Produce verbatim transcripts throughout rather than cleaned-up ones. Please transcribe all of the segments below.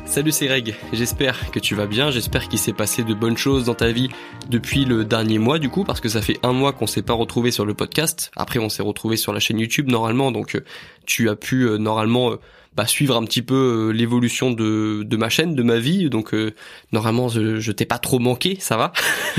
Salut, c'est Greg, j'espère que tu vas bien, j'espère qu'il s'est passé de bonnes choses dans ta vie depuis le dernier mois du coup, parce que ça fait un mois qu'on s'est pas retrouvé sur le podcast. Après on s'est retrouvé sur la chaîne YouTube normalement, donc euh, tu as pu euh, normalement euh, bah, suivre un petit peu euh, l'évolution de, de ma chaîne, de ma vie, donc euh, normalement je, je t'ai pas trop manqué, ça va.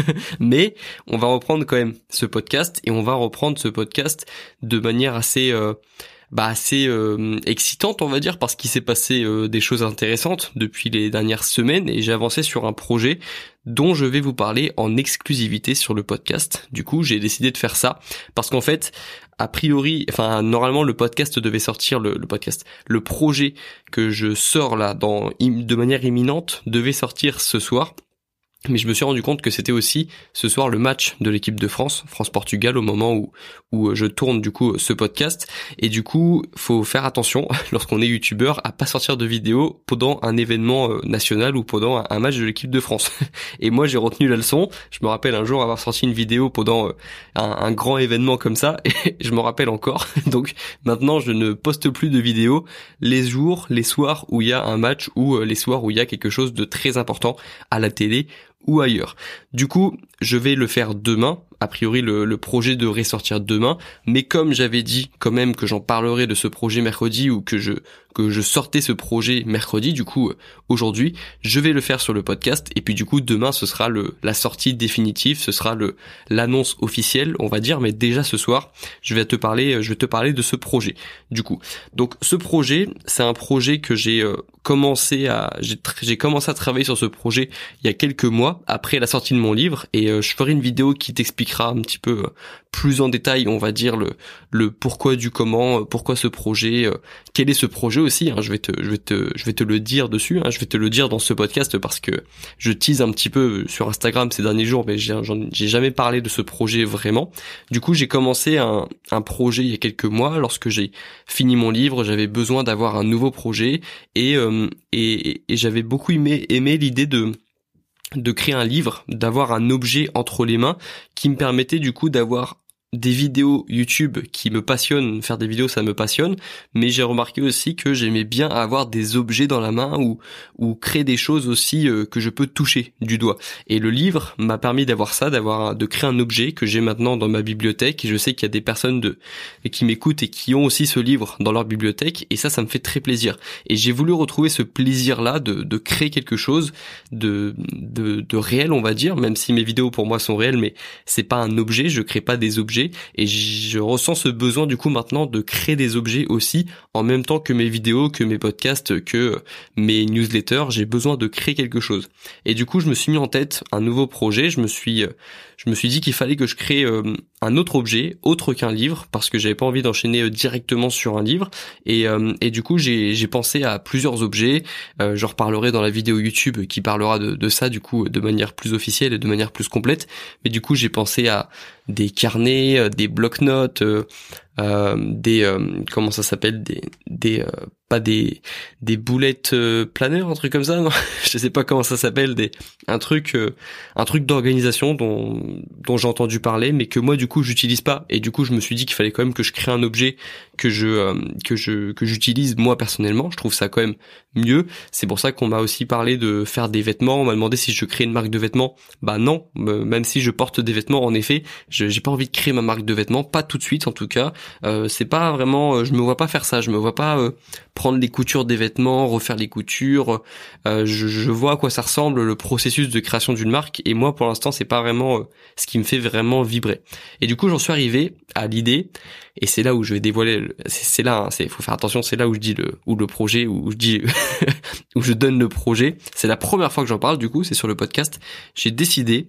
Mais on va reprendre quand même ce podcast, et on va reprendre ce podcast de manière assez... Euh, bah assez euh, excitante on va dire, parce qu'il s'est passé euh, des choses intéressantes depuis les dernières semaines, et j'ai avancé sur un projet dont je vais vous parler en exclusivité sur le podcast. Du coup j'ai décidé de faire ça parce qu'en fait a priori, enfin normalement le podcast devait sortir, le, le podcast, le projet que je sors là dans de manière imminente devait sortir ce soir. Mais je me suis rendu compte que c'était aussi ce soir le match de l'équipe de France, France-Portugal, au moment où où je tourne du coup ce podcast. Et du coup, faut faire attention lorsqu'on est youtubeur à pas sortir de vidéo pendant un événement national ou pendant un match de l'équipe de France. Et moi, j'ai retenu la leçon. Je me rappelle un jour avoir sorti une vidéo pendant un, un grand événement comme ça, et je me rappelle encore. Donc maintenant, je ne poste plus de vidéos les jours, les soirs où il y a un match ou les soirs où il y a quelque chose de très important à la télé ou ailleurs. Du coup, je vais le faire demain. A priori, le, le projet devrait sortir demain. Mais comme j'avais dit quand même que j'en parlerai de ce projet mercredi, ou que je que je sortais ce projet mercredi, du coup, aujourd'hui, je vais le faire sur le podcast. Et puis du coup, demain, ce sera le la sortie définitive, ce sera le l'annonce officielle, on va dire. Mais déjà ce soir, je vais te parler, je vais te parler de ce projet. Du coup, donc ce projet, c'est un projet que j'ai euh, commencé à, j'ai j'ai commencé à travailler sur ce projet il y a quelques mois après la sortie de mon livre, et euh, je ferai une vidéo qui t'expliquera un petit peu euh, plus en détail, on va dire le le pourquoi du comment, euh, pourquoi ce projet, euh, quel est ce projet aussi. Hein, je vais te je vais te je vais te le dire dessus. Hein, je vais te le dire dans ce podcast parce que je tease un petit peu sur Instagram ces derniers jours, mais j'ai j'en, j'ai jamais parlé de ce projet vraiment. Du coup, j'ai commencé un un projet il y a quelques mois lorsque j'ai fini mon livre. J'avais besoin d'avoir un nouveau projet, et euh, et, et j'avais beaucoup aimé aimé l'idée de de créer un livre, d'avoir un objet entre les mains qui me permettait du coup d'avoir des vidéos YouTube qui me passionnent. Faire des vidéos, ça me passionne, mais j'ai remarqué aussi que j'aimais bien avoir des objets dans la main, ou ou créer des choses aussi euh, que je peux toucher du doigt. Et le livre m'a permis d'avoir ça, d'avoir de créer un objet que j'ai maintenant dans ma bibliothèque, et je sais qu'il y a des personnes de qui m'écoutent et qui ont aussi ce livre dans leur bibliothèque, et ça ça me fait très plaisir. Et j'ai voulu retrouver ce plaisir là de de créer quelque chose de de de réel, on va dire, même si mes vidéos pour moi sont réelles, mais c'est pas un objet, je crée pas des objets. Et je ressens ce besoin du coup maintenant de créer des objets aussi, en même temps que mes vidéos, que mes podcasts, que mes newsletters. J'ai besoin de créer quelque chose. Et du coup, je me suis mis en tête un nouveau projet. Je me suis, je me suis dit qu'il fallait que je crée un autre objet, autre qu'un livre, parce que j'avais pas envie d'enchaîner directement sur un livre. Et, et du coup, j'ai, j'ai pensé à plusieurs objets. Euh, je reparlerai dans la vidéo YouTube qui parlera de, de ça du coup de manière plus officielle et de manière plus complète. Mais du coup, j'ai pensé à des carnets, des bloc-notes, euh, euh, des euh, comment ça s'appelle, des des euh, pas des des boulettes euh, planeurs, un truc comme ça, non je sais pas comment ça s'appelle, des un truc euh, un truc d'organisation dont dont j'ai entendu parler, mais que moi du coup j'utilise pas. Et du coup je me suis dit qu'il fallait quand même que je crée un objet que je euh, que je que j'utilise moi personnellement. Je trouve ça quand même mieux. C'est pour ça qu'on m'a aussi parlé de faire des vêtements. On m'a demandé si je crée une marque de vêtements. Bah non, même si je porte des vêtements, en effet, je, j'ai pas envie de créer ma marque de vêtements, pas tout de suite en tout cas. Euh, c'est pas vraiment, je me vois pas faire ça. Je me vois pas euh, prendre les coutures des vêtements, refaire les coutures. Euh, je, je vois à quoi ça ressemble le processus de création d'une marque, et moi pour l'instant c'est pas vraiment euh, ce qui me fait vraiment vibrer. Et du coup j'en suis arrivé à l'idée, et c'est là où je vais dévoiler. Le, c'est, c'est là, hein, c'est faut faire attention. C'est là où je dis le ou le projet, où je dis où je donne le projet. C'est la première fois que j'en parle. Du coup c'est sur le podcast. J'ai décidé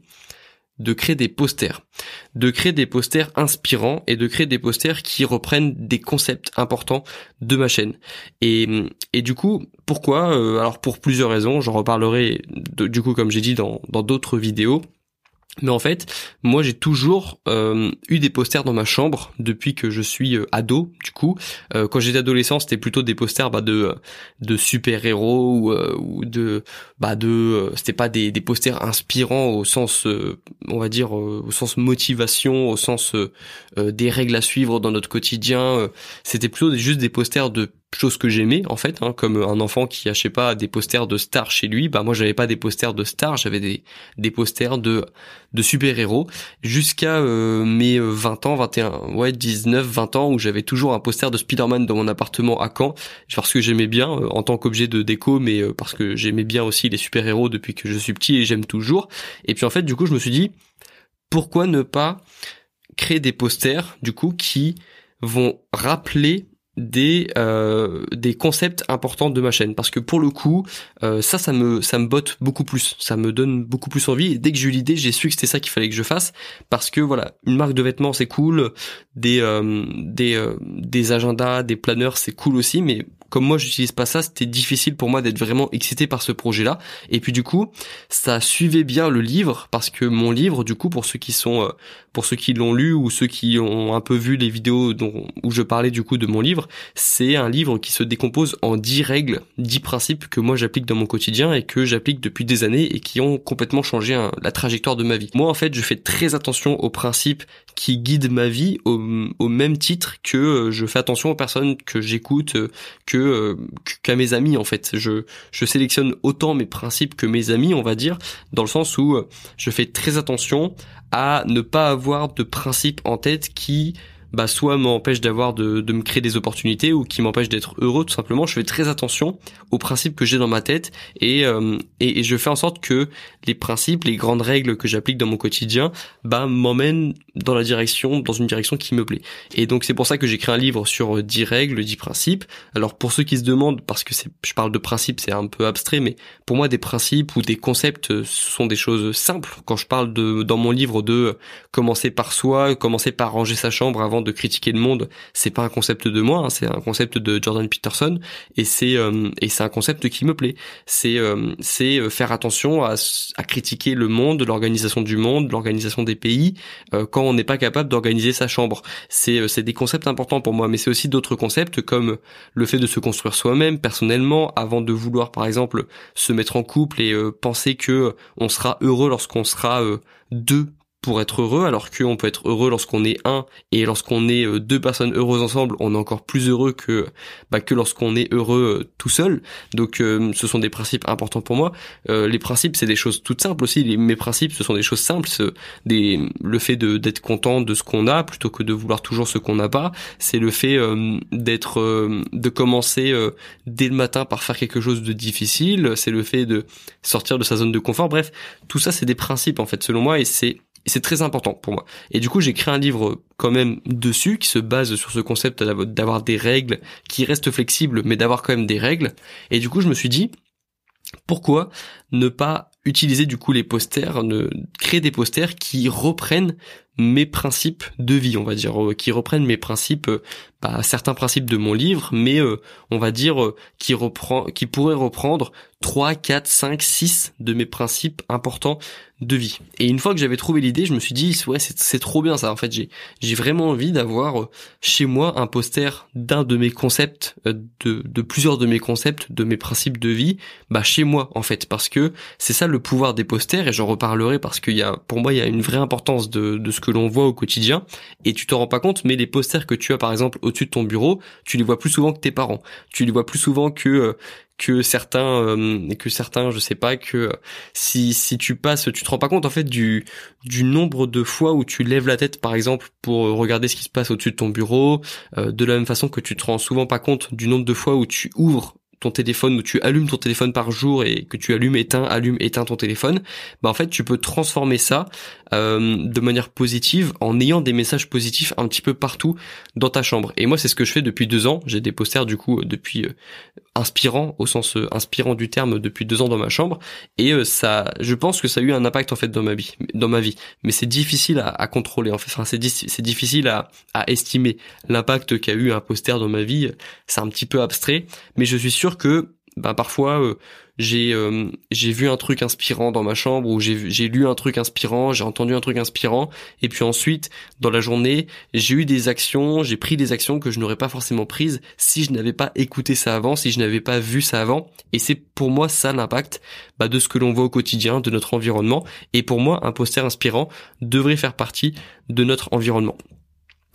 de créer des posters, de créer des posters inspirants, et de créer des posters qui reprennent des concepts importants de ma chaîne. Et, et du coup, pourquoi euh, Alors pour plusieurs raisons, j'en reparlerai de, du coup comme j'ai dit dans dans d'autres vidéos. Mais en fait, moi j'ai toujours euh, eu des posters dans ma chambre depuis que je suis euh, ado. Du coup, euh, quand j'étais adolescent, c'était plutôt des posters bah, de de super-héros ou, euh, ou de bah de euh, c'était pas des des posters inspirants au sens euh, on va dire euh, au sens motivation, au sens euh, euh, des règles à suivre dans notre quotidien. Euh, c'était plutôt juste des posters de choses que j'aimais en fait, hein, comme un enfant qui a, je sais pas, des posters de stars chez lui. Bah moi j'avais pas des posters de stars, j'avais des des posters de de super-héros jusqu'à euh, mes vingt ans, vingt et un, ouais, dix-neuf, vingt ans, où j'avais toujours un poster de Spider-Man dans mon appartement à Caen, parce que j'aimais bien euh, en tant qu'objet de déco, mais euh, parce que j'aimais bien aussi les super-héros depuis que je suis petit et j'aime toujours. Et puis en fait du coup je me suis dit, pourquoi ne pas créer des posters du coup qui vont rappeler des euh, des concepts importants de ma chaîne, parce que pour le coup euh, ça ça me ça me botte beaucoup plus, ça me donne beaucoup plus envie, et dès que j'ai eu l'idée, j'ai su que c'était ça qu'il fallait que je fasse, parce que voilà, une marque de vêtements c'est cool, des euh, des euh, des agendas, des planeurs c'est cool aussi, mais comme moi j'utilise pas ça, c'était difficile pour moi d'être vraiment excité par ce projet-là. Et puis du coup, ça suivait bien le livre, parce que mon livre, du coup, pour ceux qui sont, euh, pour ceux qui l'ont lu ou ceux qui ont un peu vu les vidéos dont, où je parlais du coup de mon livre, c'est un livre qui se décompose en dix règles, dix principes que moi j'applique dans mon quotidien et que j'applique depuis des années et qui ont complètement changé hein, la trajectoire de ma vie. Moi en fait, je fais très attention aux principes qui guident ma vie au, au même titre que euh, je fais attention aux personnes que j'écoute, euh, que qu'à mes amis en fait. Je je sélectionne autant mes principes que mes amis, on va dire, dans le sens où je fais très attention à ne pas avoir de principes en tête qui bah soit m'empêche d'avoir de, de me créer des opportunités ou qui m'empêche d'être heureux tout simplement. Je fais très attention aux principes que j'ai dans ma tête et, euh, et et je fais en sorte que les principes, les grandes règles que j'applique dans mon quotidien bah m'emmènent dans la direction, dans une direction qui me plaît. Et donc c'est pour ça que j'ai créé un livre sur dix règles, dix principes. Alors pour ceux qui se demandent, parce que c'est, je parle de principes, c'est un peu abstrait, mais pour moi des principes ou des concepts, ce sont des choses simples. Quand je parle de dans mon livre de commencer par soi, commencer par ranger sa chambre avant de critiquer le monde, c'est pas un concept de moi, hein, c'est un concept de Jordan Peterson, et c'est euh, et c'est un concept qui me plaît. C'est euh, c'est faire attention à, à critiquer le monde, l'organisation du monde, l'organisation des pays, euh, quand on n'est pas capable d'organiser sa chambre. C'est euh, c'est des concepts importants pour moi, mais c'est aussi d'autres concepts comme le fait de se construire soi-même personnellement avant de vouloir par exemple se mettre en couple et euh, penser que on sera heureux lorsqu'on sera euh, deux pour être heureux, alors qu'on peut être heureux lorsqu'on est un, et lorsqu'on est deux personnes heureuses ensemble, on est encore plus heureux que bah, que lorsqu'on est heureux tout seul. Donc euh, ce sont des principes importants pour moi. Euh, les principes, c'est des choses toutes simples aussi. Les, mes principes, ce sont des choses simples. Des, le fait de d'être content de ce qu'on a plutôt que de vouloir toujours ce qu'on n'a pas. C'est le fait euh, d'être, euh, de commencer euh, dès le matin par faire quelque chose de difficile. C'est le fait de sortir de sa zone de confort. Bref, tout ça, c'est des principes en fait, selon moi, et c'est Et c'est très important pour moi. Et du coup, j'ai créé un livre quand même dessus qui se base sur ce concept d'avoir des règles qui restent flexibles, mais d'avoir quand même des règles. Et du coup, je me suis dit, pourquoi ne pas utiliser du coup les posters, ne créer des posters qui reprennent mes principes de vie, on va dire, euh, qui reprennent mes principes, euh, bah, certains principes de mon livre, mais euh, on va dire euh, qui reprend, qui pourrait reprendre trois, quatre, cinq, six de mes principes importants de vie. Et une fois que j'avais trouvé l'idée, je me suis dit ouais, c'est c'est trop bien ça. En fait, j'ai j'ai vraiment envie d'avoir euh, chez moi un poster d'un de mes concepts, euh, de de plusieurs de mes concepts, de mes principes de vie, bah chez moi en fait, parce que c'est ça le pouvoir des posters, et j'en reparlerai parce qu'il y a, pour moi, il y a une vraie importance de de ce que l'on voit au quotidien, et tu t'en rends pas compte, mais les posters que tu as par exemple au-dessus de ton bureau, tu les vois plus souvent que tes parents, tu les vois plus souvent que euh, que certains euh, que certains je sais pas que euh, si si tu passes, tu te rends pas compte en fait du du nombre de fois où tu lèves la tête par exemple pour regarder ce qui se passe au-dessus de ton bureau, euh, de la même façon que tu te rends souvent pas compte du nombre de fois où tu ouvres ton téléphone, où tu allumes ton téléphone par jour et que tu allumes, éteins, allumes, éteins ton téléphone, bah en fait tu peux transformer ça euh, de manière positive en ayant des messages positifs un petit peu partout dans ta chambre. Et moi c'est ce que je fais depuis deux ans. J'ai des posters du coup depuis euh, inspirant au sens euh, inspirant du terme depuis deux ans dans ma chambre, et euh, ça, je pense que ça a eu un impact en fait dans ma vie, dans ma vie. Mais c'est difficile à, à contrôler en fait. Enfin c'est di- c'est difficile à à estimer l'impact qu'a eu un poster dans ma vie. C'est un petit peu abstrait, mais je suis sûr que ben parfois euh, j'ai euh, j'ai vu un truc inspirant dans ma chambre, ou j'ai j'ai lu un truc inspirant, j'ai entendu un truc inspirant, et puis ensuite dans la journée j'ai eu des actions, j'ai pris des actions que je n'aurais pas forcément prises si je n'avais pas écouté ça avant, si je n'avais pas vu ça avant. Et c'est pour moi ça l'impact bah, de ce que l'on voit au quotidien, de notre environnement. Et pour moi un poster inspirant devrait faire partie de notre environnement.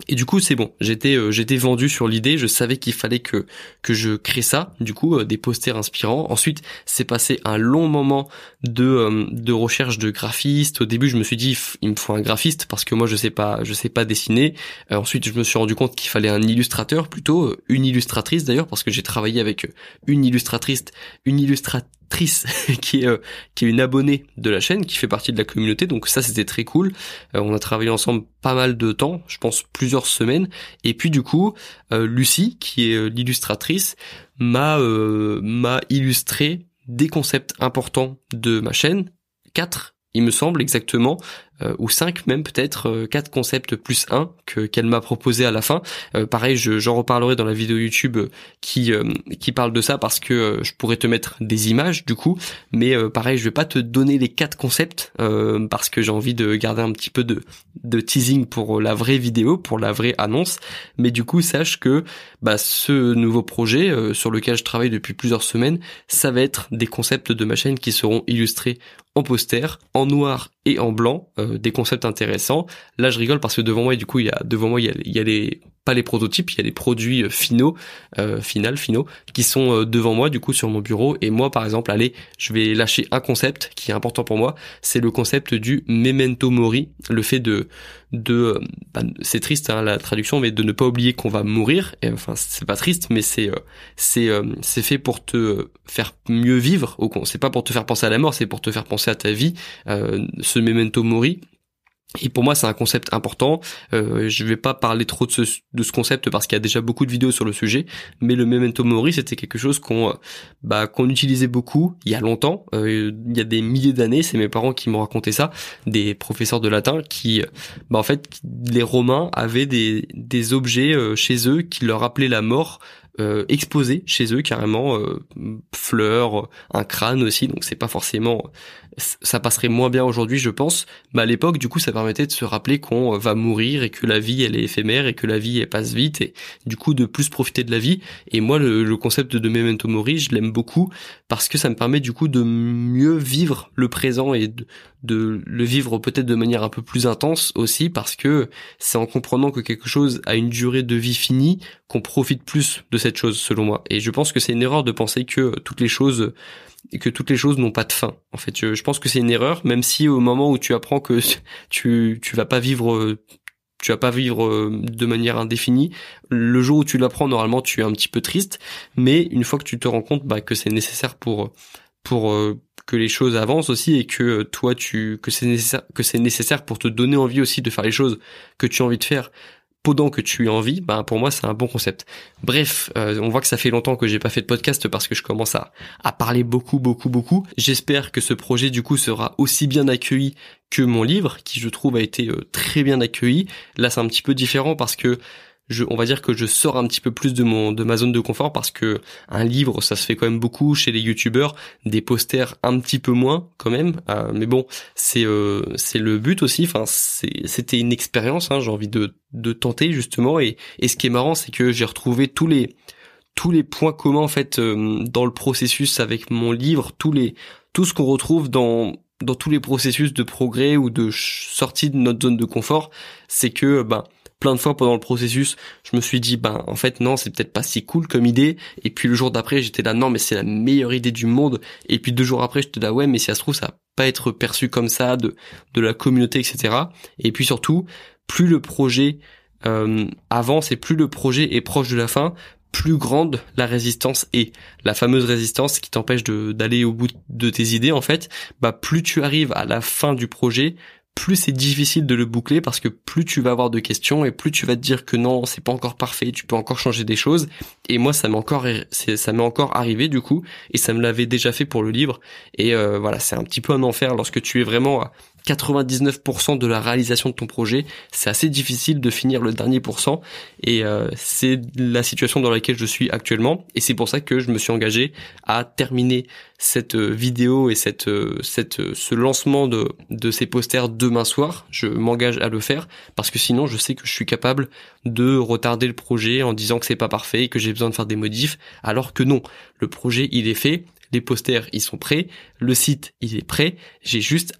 Et du coup, c'est bon. J'étais, euh, j'étais vendu sur l'idée. Je savais qu'il fallait que que je crée ça. Du coup, euh, des posters inspirants. Ensuite, c'est passé un long moment de euh, de recherche de graphiste. Au début, je me suis dit, il me faut un graphiste parce que moi, je sais pas, je sais pas dessiner. Euh, ensuite, je me suis rendu compte qu'il fallait un illustrateur, plutôt euh, une illustratrice d'ailleurs, parce que j'ai travaillé avec une illustratrice, une illustratrice qui est euh, qui est une abonnée de la chaîne, qui fait partie de la communauté. Donc ça, c'était très cool. Euh, on a travaillé ensemble pas mal de temps, je pense plusieurs semaines. Et puis du coup, euh, Lucie, qui est euh, l'illustratrice, m'a euh, m'a illustré des concepts importants de ma chaîne, quatre il me semble exactement, euh, ou cinq même peut-être, euh, quatre concepts plus un que qu'elle m'a proposé à la fin. Euh, pareil, je, j'en reparlerai dans la vidéo YouTube euh, qui euh, qui parle de ça, parce que euh, je pourrais te mettre des images du coup, mais euh, pareil, je vais pas te donner les quatre concepts euh, parce que j'ai envie de garder un petit peu de de teasing pour la vraie vidéo, pour la vraie annonce. Mais du coup, sache que bah ce nouveau projet euh, sur lequel je travaille depuis plusieurs semaines, ça va être des concepts de ma chaîne qui seront illustrés en poster, en noir et en blanc, euh, des concepts intéressants. Là, je rigole parce que devant moi, du coup, il y a devant moi, il y a, il y a les pas les prototypes, il y a les produits euh, finaux, euh, final, finaux, qui sont euh, devant moi, du coup, sur mon bureau. Et moi, par exemple, allez, je vais lâcher un concept qui est important pour moi. C'est le concept du memento mori, le fait de de, euh, bah, c'est triste hein, la traduction, mais de ne pas oublier qu'on va mourir. Et, enfin, c'est pas triste, mais c'est euh, c'est euh, c'est fait pour te faire mieux vivre. Au c'est pas pour te faire penser à la mort, c'est pour te faire penser à ta vie. Euh, ce memento mori. Et pour moi, c'est un concept important. Euh, je vais pas parler trop de ce, de ce concept parce qu'il y a déjà beaucoup de vidéos sur le sujet. Mais le memento mori, c'était quelque chose qu'on, bah, qu'on utilisait beaucoup il y a longtemps. Euh, il y a des milliers d'années, c'est mes parents qui m'ont raconté ça, des professeurs de latin qui, bah, en fait, les Romains avaient des des objets euh, chez eux qui leur rappelaient la mort. Euh, exposés chez eux carrément, euh, fleurs, un crâne aussi, donc c'est pas forcément, ça passerait moins bien aujourd'hui je pense, mais à l'époque du coup ça permettait de se rappeler qu'on va mourir et que la vie elle est éphémère et que la vie elle passe vite et du coup de plus profiter de la vie. Et moi le, le concept de memento mori je l'aime beaucoup parce que ça me permet du coup de mieux vivre le présent et de, de le vivre peut-être de manière un peu plus intense aussi, parce que c'est en comprenant que quelque chose a une durée de vie finie qu'on profite plus de cette chose selon moi. Et je pense que c'est une erreur de penser que toutes les choses que toutes les choses n'ont pas de fin. En fait, je, je pense que c'est une erreur, même si au moment où tu apprends que tu tu vas pas vivre tu vas pas vivre de manière indéfinie, le jour où tu l'apprends normalement tu es un petit peu triste, mais une fois que tu te rends compte bah, que c'est nécessaire pour pour euh, que les choses avancent aussi et que toi tu que c'est nécessaire que c'est nécessaire pour te donner envie aussi de faire les choses que tu as envie de faire pendant que tu as envie, ben pour moi c'est un bon concept. Bref, euh, on voit que ça fait longtemps que j'ai pas fait de podcast parce que je commence à à parler beaucoup beaucoup beaucoup. J'espère que ce projet du coup sera aussi bien accueilli que mon livre, qui je trouve a été euh, très bien accueilli. Là c'est un petit peu différent parce que je, on va dire que je sors un petit peu plus de mon de ma zone de confort, parce que un livre ça se fait quand même beaucoup chez les youtubeurs, des posters un petit peu moins quand même, euh, mais bon c'est euh, c'est le but aussi. Enfin c'est c'était une expérience, hein, j'ai envie de de tenter justement, et et ce qui est marrant c'est que j'ai retrouvé tous les tous les points communs en fait euh, dans le processus avec mon livre, tous les tout ce qu'on retrouve dans dans tous les processus de progrès ou de sortie de notre zone de confort. C'est que ben plein de fois pendant le processus, je me suis dit, ben en fait non, c'est peut-être pas si cool comme idée. Et puis le jour d'après, j'étais là, non mais c'est la meilleure idée du monde. Et puis deux jours après, j'étais là, ouais mais si ça se trouve, ça va pas être perçu comme ça de de la communauté, et cetera. Et puis surtout, plus le projet euh, avance et plus le projet est proche de la fin, plus grande la résistance est. La fameuse résistance qui t'empêche de d'aller au bout de tes idées en fait, bah plus tu arrives à la fin du projet, plus c'est difficile de le boucler, parce que plus tu vas avoir de questions et plus tu vas te dire que non, c'est pas encore parfait, tu peux encore changer des choses. Et moi ça m'est encore c'est, ça m'est encore arrivé du coup, et ça me l'avait déjà fait pour le livre. Et euh, voilà, c'est un petit peu un enfer lorsque tu es vraiment à quatre-vingt-dix-neuf pour cent de la réalisation de ton projet. C'est assez difficile de finir le dernier pourcent, et euh, c'est la situation dans laquelle je suis actuellement, et c'est pour ça que je me suis engagé à terminer cette vidéo et cette cette ce lancement de de ces posters demain soir. Je m'engage à le faire parce que sinon je sais que je suis capable de retarder le projet en disant que c'est pas parfait et que j'ai besoin de faire des modifs, alors que non, le projet il est fait, les posters ils sont prêts, le site il est prêt, j'ai juste à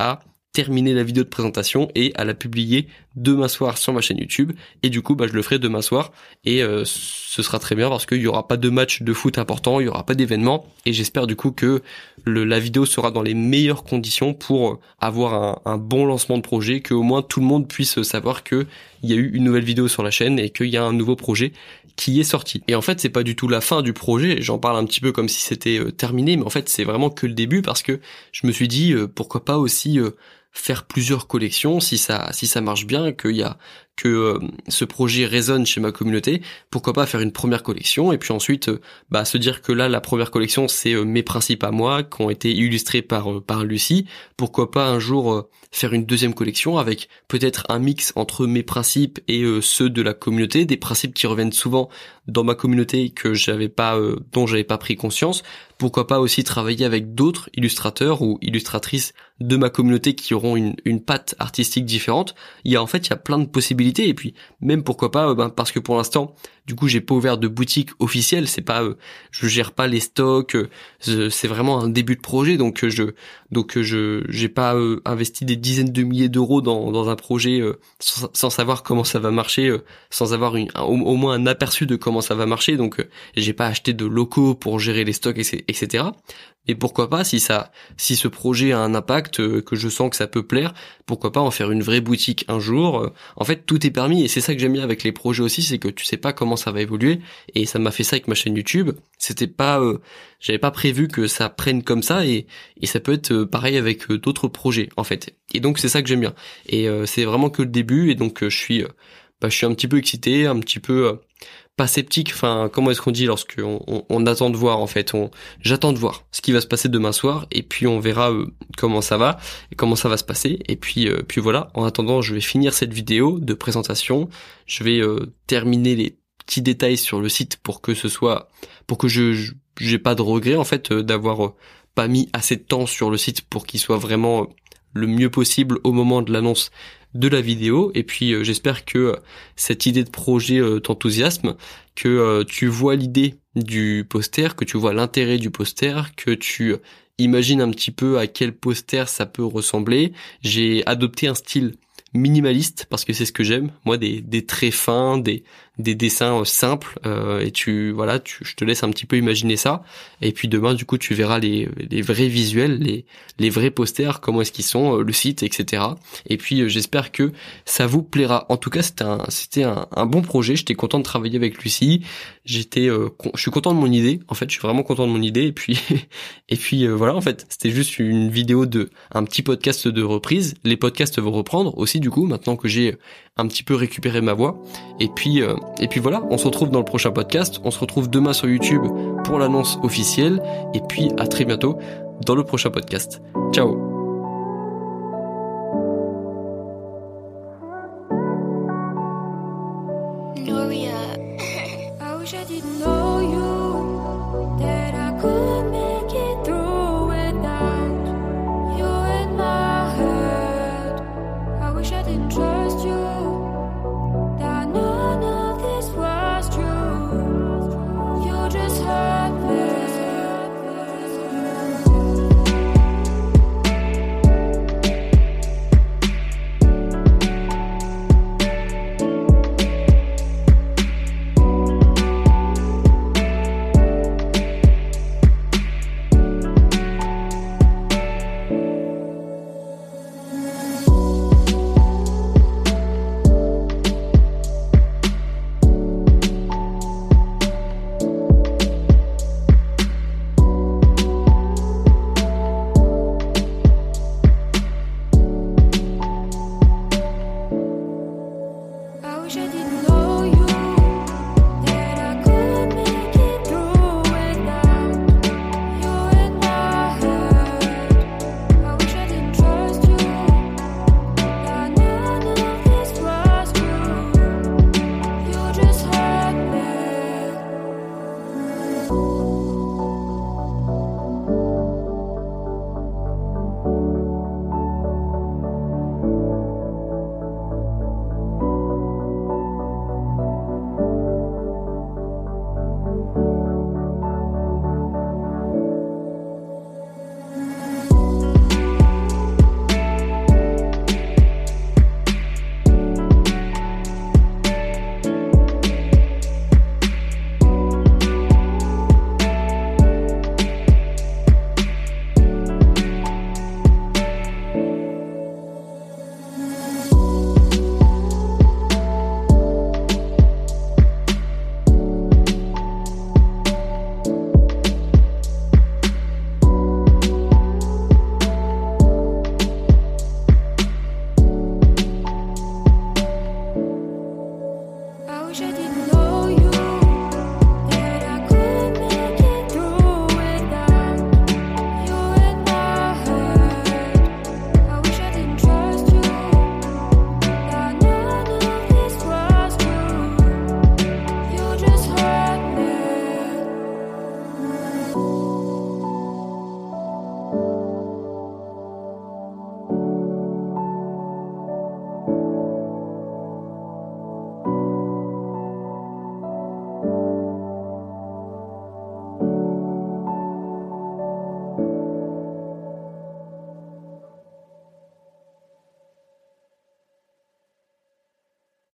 terminer la vidéo de présentation et à la publier demain soir sur ma chaîne YouTube. Et du coup, bah, je le ferai demain soir et euh, ce sera très bien parce qu'il y aura pas de match de foot important, il y aura pas d'événement et j'espère du coup que le, la vidéo sera dans les meilleures conditions pour avoir un, un bon lancement de projet, que au moins tout le monde puisse savoir que il y a eu une nouvelle vidéo sur la chaîne et qu'il y a un nouveau projet qui est sorti. Et en fait, c'est pas du tout la fin du projet, j'en parle un petit peu comme si c'était euh, terminé, mais en fait, c'est vraiment que le début parce que je me suis dit euh, pourquoi pas aussi euh, faire plusieurs collections si ça si ça marche bien, qu'il y a que euh, ce projet résonne chez ma communauté, pourquoi pas faire une première collection et puis ensuite euh, bah se dire que là la première collection c'est euh, mes principes à moi qui ont été illustrés par euh, par Lucie, pourquoi pas un jour euh, faire une deuxième collection avec peut-être un mix entre mes principes et euh, ceux de la communauté, des principes qui reviennent souvent dans ma communauté que j'avais pas euh, dont j'avais pas pris conscience. Pourquoi pas aussi travailler avec d'autres illustrateurs ou illustratrices de ma communauté qui auront une, une patte artistique différente. Il y a en fait il y a plein de possibilités et puis même pourquoi pas euh, ben, parce que pour l'instant du coup j'ai pas ouvert de boutique officielle, c'est pas euh, je gère pas les stocks, euh, c'est vraiment un début de projet donc euh, je donc euh, je j'ai pas euh, investi des dizaines de milliers d'euros dans dans un projet euh, sans, sans savoir comment ça va marcher, euh, sans avoir une, un, au, au moins un aperçu de comment ça va marcher donc euh, j'ai pas acheté de locaux pour gérer les stocks et et cetera. Et pourquoi pas, si ça, si ce projet a un impact, euh, que je sens que ça peut plaire, pourquoi pas en faire une vraie boutique un jour. Euh, en fait, tout est permis et c'est ça que j'aime bien avec les projets aussi, c'est que tu sais pas comment ça va évoluer. Et ça m'a fait ça avec ma chaîne YouTube. C'était pas, euh, j'avais pas prévu que ça prenne comme ça et et ça peut être euh, pareil avec euh, d'autres projets en fait. Et donc c'est ça que j'aime bien. Et euh, c'est vraiment que le début et donc euh, je suis, euh, bah je suis un petit peu excité, un petit peu euh, pas sceptique, enfin comment est-ce qu'on dit lorsqu'on on, on attend de voir en fait, on j'attends de voir ce qui va se passer demain soir et puis on verra euh, comment ça va et comment ça va se passer et puis euh, puis voilà, en attendant je vais finir cette vidéo de présentation, je vais euh, terminer les petits détails sur le site pour que ce soit pour que je, je j'ai pas de regret en fait euh, d'avoir euh, pas mis assez de temps sur le site pour qu'il soit vraiment euh, le mieux possible au moment de l'annonce de la vidéo et puis euh, j'espère que euh, cette idée de projet euh, t'enthousiasme, que euh, tu vois l'idée du poster, que tu vois l'intérêt du poster, que tu euh, imagines un petit peu à quel poster ça peut ressembler. J'ai adopté un style minimaliste parce que c'est ce que j'aime, moi des des traits fins, des des dessins euh, simples euh, et tu voilà, tu je te laisse un petit peu imaginer ça et puis demain du coup tu verras les les vrais visuels, les les vrais posters, comment est-ce qu'ils sont, euh, le site, et cetera. Et puis euh, j'espère que ça vous plaira. En tout cas c'était un c'était un, un bon projet, j'étais content de travailler avec Lucie, j'étais euh, con, je suis content de mon idée, en fait je suis vraiment content de mon idée et puis et puis euh, voilà en fait c'était juste une vidéo de un petit podcast de reprise. Les podcasts vont reprendre aussi du coup maintenant que j'ai un petit peu récupéré ma voix et puis euh, et puis voilà, on se retrouve dans le prochain podcast, on se retrouve demain sur YouTube pour l'annonce officielle et puis à très bientôt dans le prochain podcast. Ciao. Wish I did.